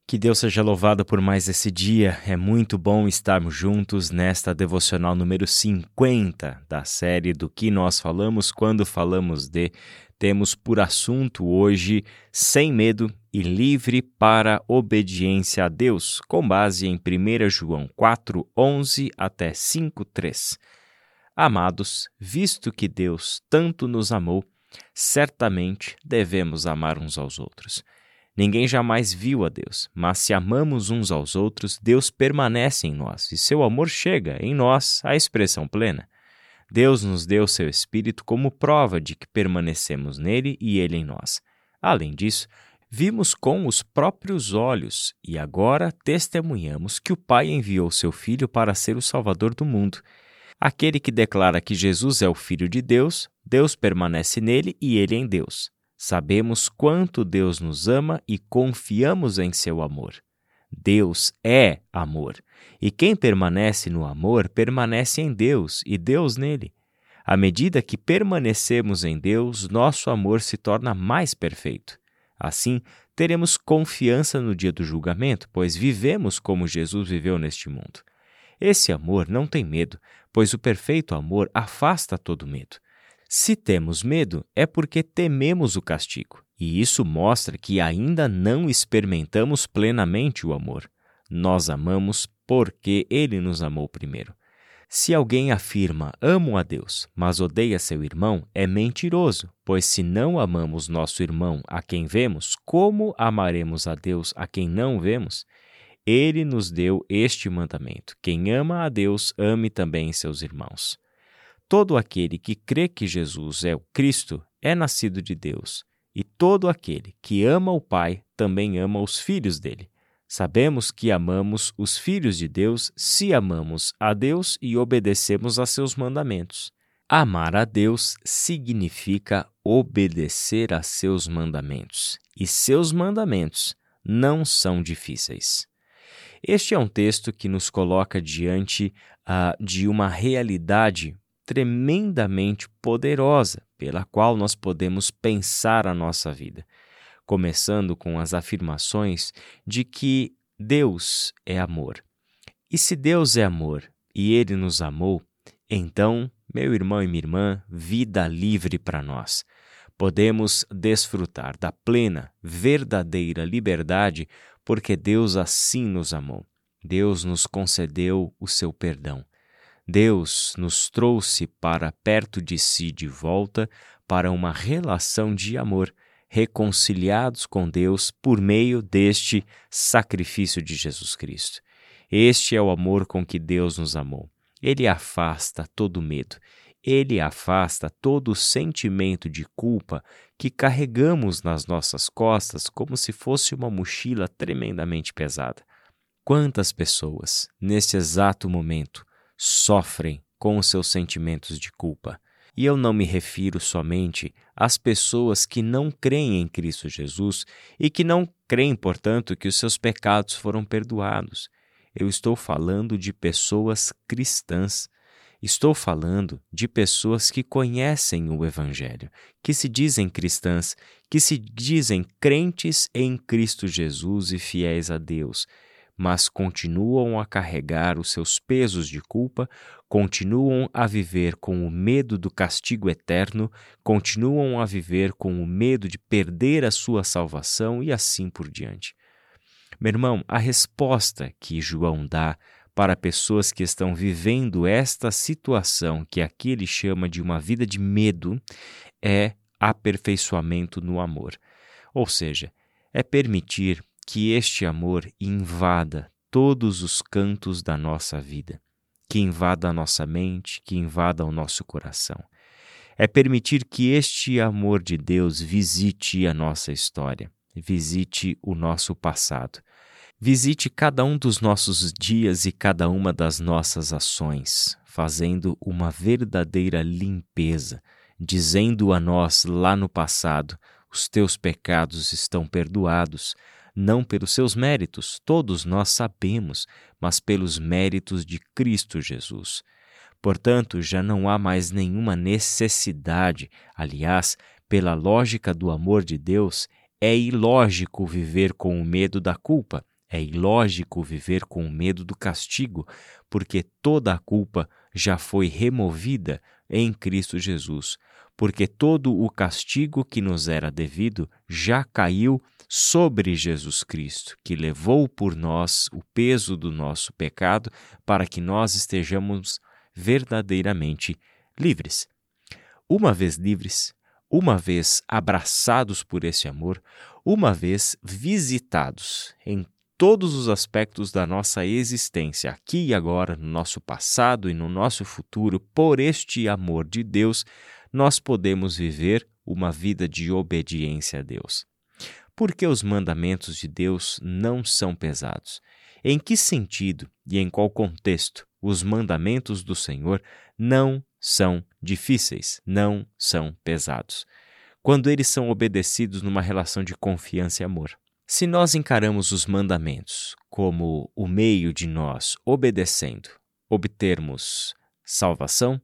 Que Deus seja louvado por mais esse dia. É muito bom estarmos juntos nesta devocional número 50 da série do que nós falamos quando falamos de. Temos por assunto hoje sem medo e livre para obediência a Deus, com base em 1 João 4:11 até 5:3. Amados, visto que Deus tanto nos amou, certamente devemos amar uns aos outros. Ninguém jamais viu a Deus, mas se amamos uns aos outros, Deus permanece em nós e seu amor chega em nós à expressão plena. Deus nos deu seu Espírito como prova de que permanecemos nele e ele em nós. Além disso, vimos com os próprios olhos e agora testemunhamos que o Pai enviou seu Filho para ser o Salvador do mundo. Aquele que declara que Jesus é o Filho de Deus, Deus permanece nele e ele em Deus. Sabemos quanto Deus nos ama e confiamos em seu amor. Deus é amor, e quem permanece no amor permanece em Deus e Deus nele. À medida que permanecemos em Deus, nosso amor se torna mais perfeito. Assim, teremos confiança no dia do julgamento, pois vivemos como Jesus viveu neste mundo. Esse amor não tem medo, pois o perfeito amor afasta todo medo. Se temos medo, é porque tememos o castigo, e isso mostra que ainda não experimentamos plenamente o amor. Nós amamos porque Ele nos amou primeiro. Se alguém afirma, amo a Deus, mas odeia seu irmão, é mentiroso, pois se não amamos nosso irmão a quem vemos, como amaremos a Deus a quem não vemos? Ele nos deu este mandamento: quem ama a Deus, ame também seus irmãos. Todo aquele que crê que Jesus é o Cristo é nascido de Deus, e todo aquele que ama o Pai também ama os filhos dele. Sabemos que amamos os filhos de Deus se amamos a Deus e obedecemos a seus mandamentos. Amar a Deus significa obedecer a seus mandamentos, e seus mandamentos não são difíceis. Este é um texto que nos coloca diante de uma realidade tremendamente poderosa pela qual nós podemos pensar a nossa vida, começando com as afirmações de que Deus é amor. E se Deus é amor e Ele nos amou, então, meu irmão e minha irmã, vida livre para nós. Podemos desfrutar da plena, verdadeira liberdade porque Deus assim nos amou. Deus nos concedeu o seu perdão. Deus nos trouxe para perto de si de volta para uma relação de amor, reconciliados com Deus por meio deste sacrifício de Jesus Cristo. Este é o amor com que Deus nos amou. Ele afasta todo medo. Ele afasta todo o sentimento de culpa que carregamos nas nossas costas como se fosse uma mochila tremendamente pesada. Quantas pessoas, neste exato momento, sofrem com os seus sentimentos de culpa? E eu não me refiro somente às pessoas que não creem em Cristo Jesus e que não creem, portanto, que os seus pecados foram perdoados. Eu estou falando de pessoas cristãs. Estou falando de pessoas que conhecem o Evangelho, que se dizem cristãs, que se dizem crentes em Cristo Jesus e fiéis a Deus, mas continuam a carregar os seus pesos de culpa, continuam a viver com o medo do castigo eterno, continuam a viver com o medo de perder a sua salvação e assim por diante. Meu irmão, a resposta que João dá para pessoas que estão vivendo esta situação que aqui ele chama de uma vida de medo é aperfeiçoamento no amor. Ou seja, é permitir que este amor invada todos os cantos da nossa vida, que invada a nossa mente, que invada o nosso coração. É permitir que este amor de Deus visite a nossa história, visite o nosso passado, visite cada um dos nossos dias e cada uma das nossas ações, fazendo uma verdadeira limpeza, dizendo a nós lá no passado: os teus pecados estão perdoados, não pelos seus méritos, todos nós sabemos, mas pelos méritos de Cristo Jesus. Portanto, já não há mais nenhuma necessidade, aliás, pela lógica do amor de Deus, é ilógico viver com o medo da culpa, É ilógico viver com medo do castigo, porque toda a culpa já foi removida em Cristo Jesus, porque todo o castigo que nos era devido já caiu sobre Jesus Cristo, que levou por nós o peso do nosso pecado para que nós estejamos verdadeiramente livres. Uma vez livres, uma vez abraçados por esse amor, uma vez visitados em todos os aspectos da nossa existência, aqui e agora, no nosso passado e no nosso futuro, por este amor de Deus, nós podemos viver uma vida de obediência a Deus. Porque os mandamentos de Deus não são pesados? Em que sentido e em qual contexto os mandamentos do Senhor não são difíceis, não são pesados? Quando eles são obedecidos numa relação de confiança e amor. Se nós encaramos os mandamentos como o meio de nós, obedecendo, obtermos salvação,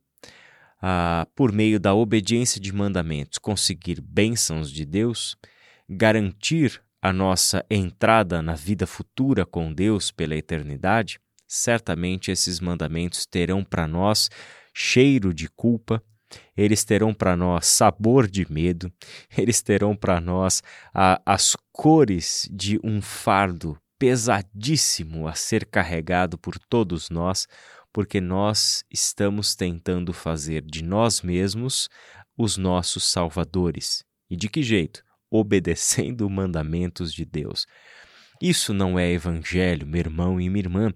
por meio da obediência de mandamentos, conseguir bênçãos de Deus, garantir a nossa entrada na vida futura com Deus pela eternidade, certamente esses mandamentos terão para nós cheiro de culpa, eles terão para nós sabor de medo, eles terão para nós as cores de um fardo pesadíssimo a ser carregado por todos nós, porque nós estamos tentando fazer de nós mesmos os nossos salvadores. E de que jeito? Obedecendo mandamentos de Deus. Isso não é evangelho, meu irmão e minha irmã.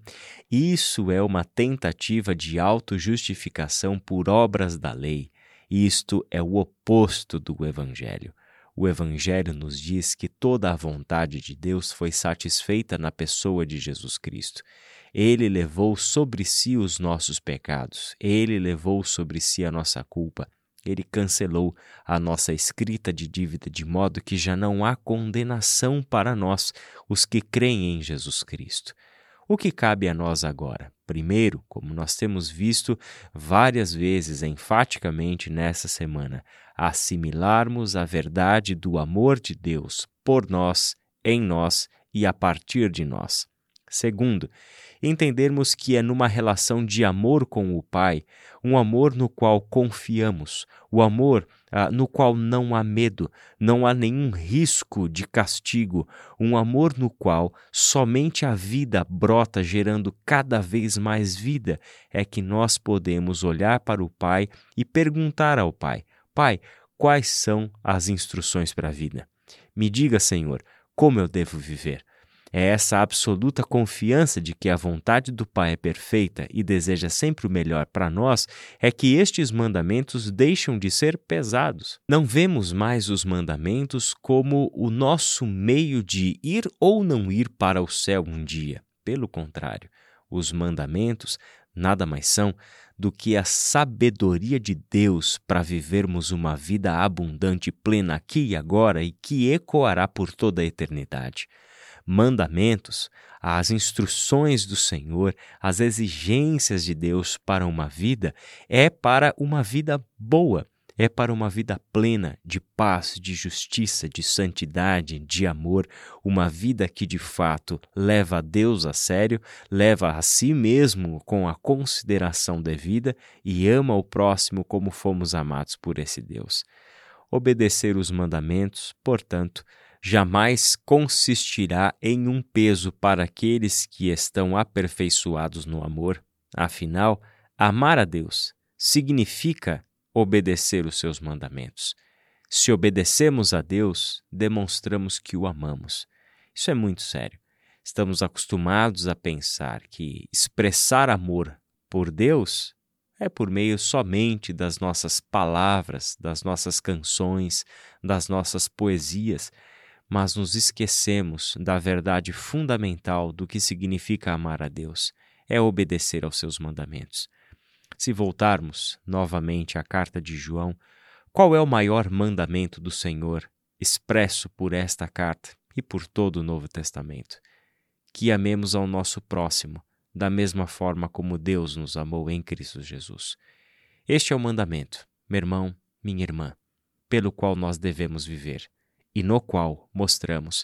Isso é uma tentativa de autojustificação por obras da lei. Isto é o oposto do evangelho. O evangelho nos diz que toda a vontade de Deus foi satisfeita na pessoa de Jesus Cristo. Ele levou sobre si os nossos pecados. Ele levou sobre si a nossa culpa. Ele cancelou a nossa escrita de dívida de modo que já não há condenação para nós, os que creem em Jesus Cristo. O que cabe a nós agora? Primeiro, como nós temos visto várias vezes enfaticamente nessa semana, assimilarmos a verdade do amor de Deus por nós, em nós e a partir de nós. Segundo, entendermos que é numa relação de amor com o Pai, um amor no qual confiamos, o amor no qual não há medo, não há nenhum risco de castigo, um amor no qual somente a vida brota gerando cada vez mais vida, é que nós podemos olhar para o Pai e perguntar ao Pai: Pai, quais são as instruções para a vida? Me diga, Senhor, como eu devo viver? É essa absoluta confiança de que a vontade do Pai é perfeita e deseja sempre o melhor para nós, é que estes mandamentos deixam de ser pesados. Não vemos mais os mandamentos como o nosso meio de ir ou não ir para o céu um dia. Pelo contrário, os mandamentos nada mais são do que a sabedoria de Deus para vivermos uma vida abundante, plena aqui e agora e que ecoará por toda a eternidade. Mandamentos, as instruções do Senhor, as exigências de Deus para uma vida, é para uma vida boa, é para uma vida plena de paz, de justiça, de santidade, de amor, uma vida que de fato leva a Deus a sério, leva a si mesmo com a consideração devida e ama o próximo como fomos amados por esse Deus. Obedecer os mandamentos, portanto, jamais consistirá em um peso para aqueles que estão aperfeiçoados no amor. Afinal, amar a Deus significa obedecer os seus mandamentos. Se obedecemos a Deus, demonstramos que o amamos. Isso é muito sério. Estamos acostumados a pensar que expressar amor por Deus é por meio somente das nossas palavras, das nossas canções, das nossas poesias, mas nos esquecemos da verdade fundamental do que significa amar a Deus, é obedecer aos seus mandamentos. Se voltarmos novamente à carta de João, qual é o maior mandamento do Senhor expresso por esta carta e por todo o Novo Testamento? Que amemos ao nosso próximo, da mesma forma como Deus nos amou em Cristo Jesus. Este é o mandamento, meu irmão, minha irmã, pelo qual nós devemos viver, e no qual mostramos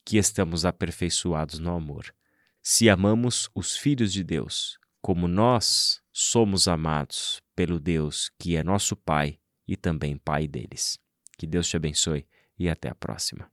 que estamos aperfeiçoados no amor. Se amamos os filhos de Deus, como nós somos amados pelo Deus que é nosso Pai e também Pai deles. Que Deus te abençoe e até a próxima.